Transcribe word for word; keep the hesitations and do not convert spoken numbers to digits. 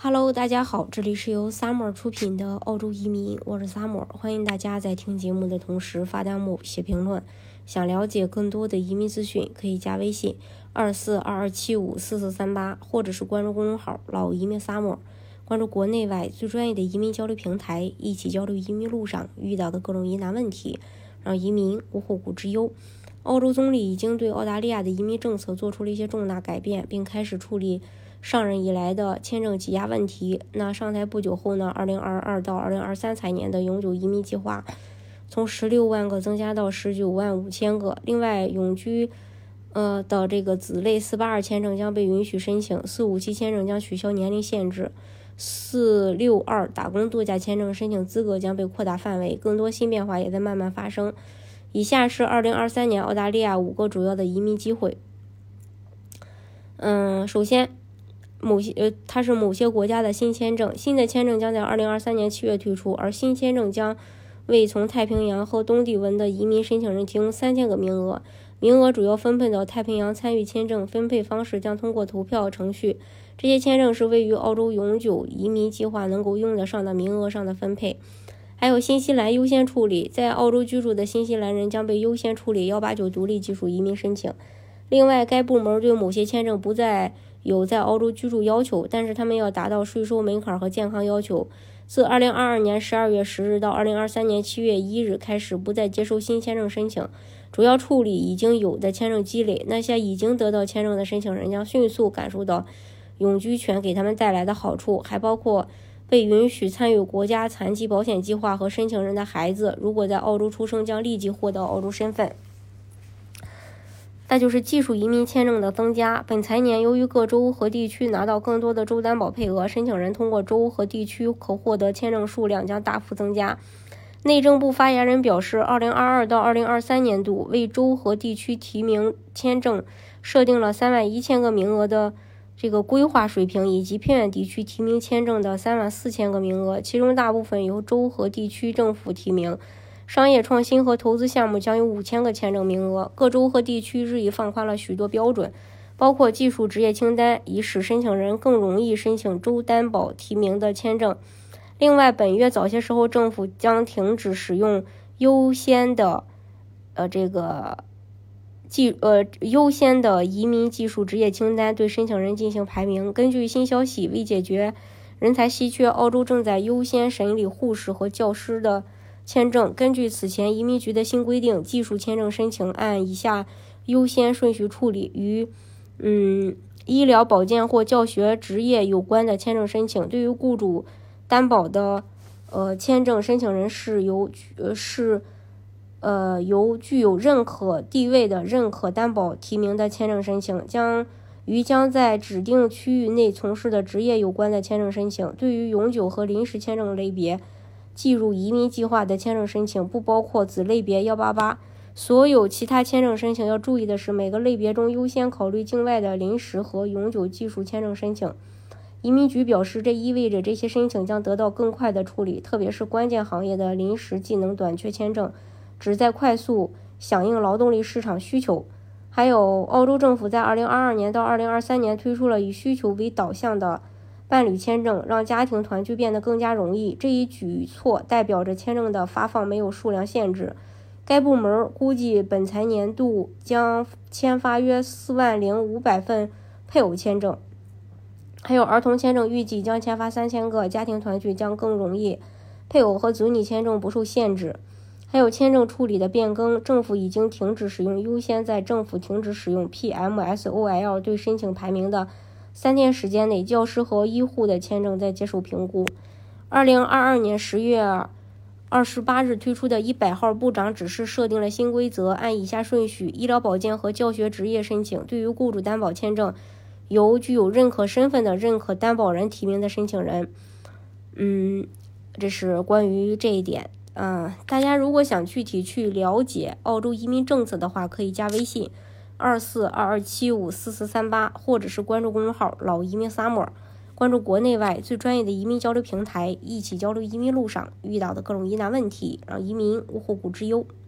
Hello， 大家好，这里是由 Summer 出品的澳洲移民，我是 Summer， 欢迎大家在听节目的同时发弹幕、写评论。想了解更多的移民资讯，可以加微信二四二二七五四四三八，或者是关注公众号老移民 Summer， 关注国内外最专业的移民交流平台，一起交流移民路上遇到的各种疑难问题，让移民无后顾之忧。澳洲总理已经对澳大利亚的移民政策做出了一些重大改变，并开始处理上任以来的签证挤压问题。那上台不久后呢，二零二二到二零二三财年的永久移民计划从十六万个增加到十九万五千个。另外，永居呃的这个子类四八二签证将被允许申请，四五七签证将取消年龄限制，四六二打工度假签证申请资格将被扩大范围。更多新变化也在慢慢发生。以下是二零二三年澳大利亚五个主要的移民机会。嗯，首先。某些呃，它是某些国家的新签证，新的签证将在二零二三年七月推出，而新签证将为从太平洋和东帝汶的移民申请人提供三千个名额，名额主要分配到太平洋参与签证，分配方式将通过投票程序。这些签证是位于澳洲永久移民计划能够用得上的名额上的分配。还有新西兰优先处理，在澳洲居住的新西兰人将被优先处理一八九独立技术移民申请。另外，该部门对某些签证不再有在澳洲居住要求，但是他们要达到税收门槛和健康要求。自二零二二年十二月十日到二零二三年七月一日开始，不再接收新签证申请，主要处理已经有的签证积累。那些已经得到签证的申请人将迅速感受到永居权给他们带来的好处，还包括被允许参与国家残疾保险计划和申请人的孩子，如果在澳洲出生，将立即获得澳洲身份。那就是技术移民签证的增加。本财年，由于各州和地区拿到更多的州担保配额，申请人通过州和地区可获得签证数量将大幅增加。内政部发言人表示，二零二二到二零二三年度为州和地区提名签证设定了三万一千个名额的这个规划水平，以及偏远地区提名签证的三万四千个名额，其中大部分由州和地区政府提名。商业创新和投资项目将有五千个签证名额。各州和地区日益放宽了许多标准，包括技术职业清单，以使申请人更容易申请州担保提名的签证。另外，本月早些时候，政府将停止使用优先的呃这个技呃优先的移民技术职业清单对申请人进行排名。根据新消息，为解决人才稀缺，澳洲正在优先审理护士和教师的签证。根据此前移民局的新规定，技术签证申请按以下优先顺序处理：与嗯医疗保健或教学职业有关的签证申请，对于雇主担保的呃签证申请人是由呃是呃由具有认可地位的认可担保提名的签证申请，将与将在指定区域内从事的职业有关的签证申请。对于永久和临时签证类别计入移民计划的签证申请，不包括子类别一八八。所有其他签证申请要注意的是，每个类别中优先考虑境外的临时和永久技术签证申请。移民局表示，这意味着这些申请将得到更快的处理，特别是关键行业的临时技能短缺签证，旨在快速响应劳动力市场需求。还有，澳洲政府在二零二二年到二零二三年推出了以需求为导向的伴侣签证，让家庭团聚变得更加容易。这一举措代表着签证的发放没有数量限制。该部门估计本财年度将签发约四万零五百份配偶签证。还有儿童签证预计将签发三千个，家庭团聚将更容易，配偶和子女签证不受限制。还有签证处理的变更，政府已经停止使用优先在政府停止使用 P M S O L 对申请排名的三天时间内，教师和医护的签证在接受评估。二零二二年十月二十八日推出的一百号部长指示设定了新规则，按以下顺序：医疗保健和教学职业申请，对于雇主担保签证，由具有认可身份的认可担保人提名的申请人。嗯，这是关于这一点。嗯，大家如果想具体去了解澳洲移民政策的话，可以加微信二四二二七五四四三八，或者是关注公众号老移民 Summer， 关注国内外最专业的移民交流平台，一起交流移民路上遇到的各种疑难问题，让移民无后顾之忧。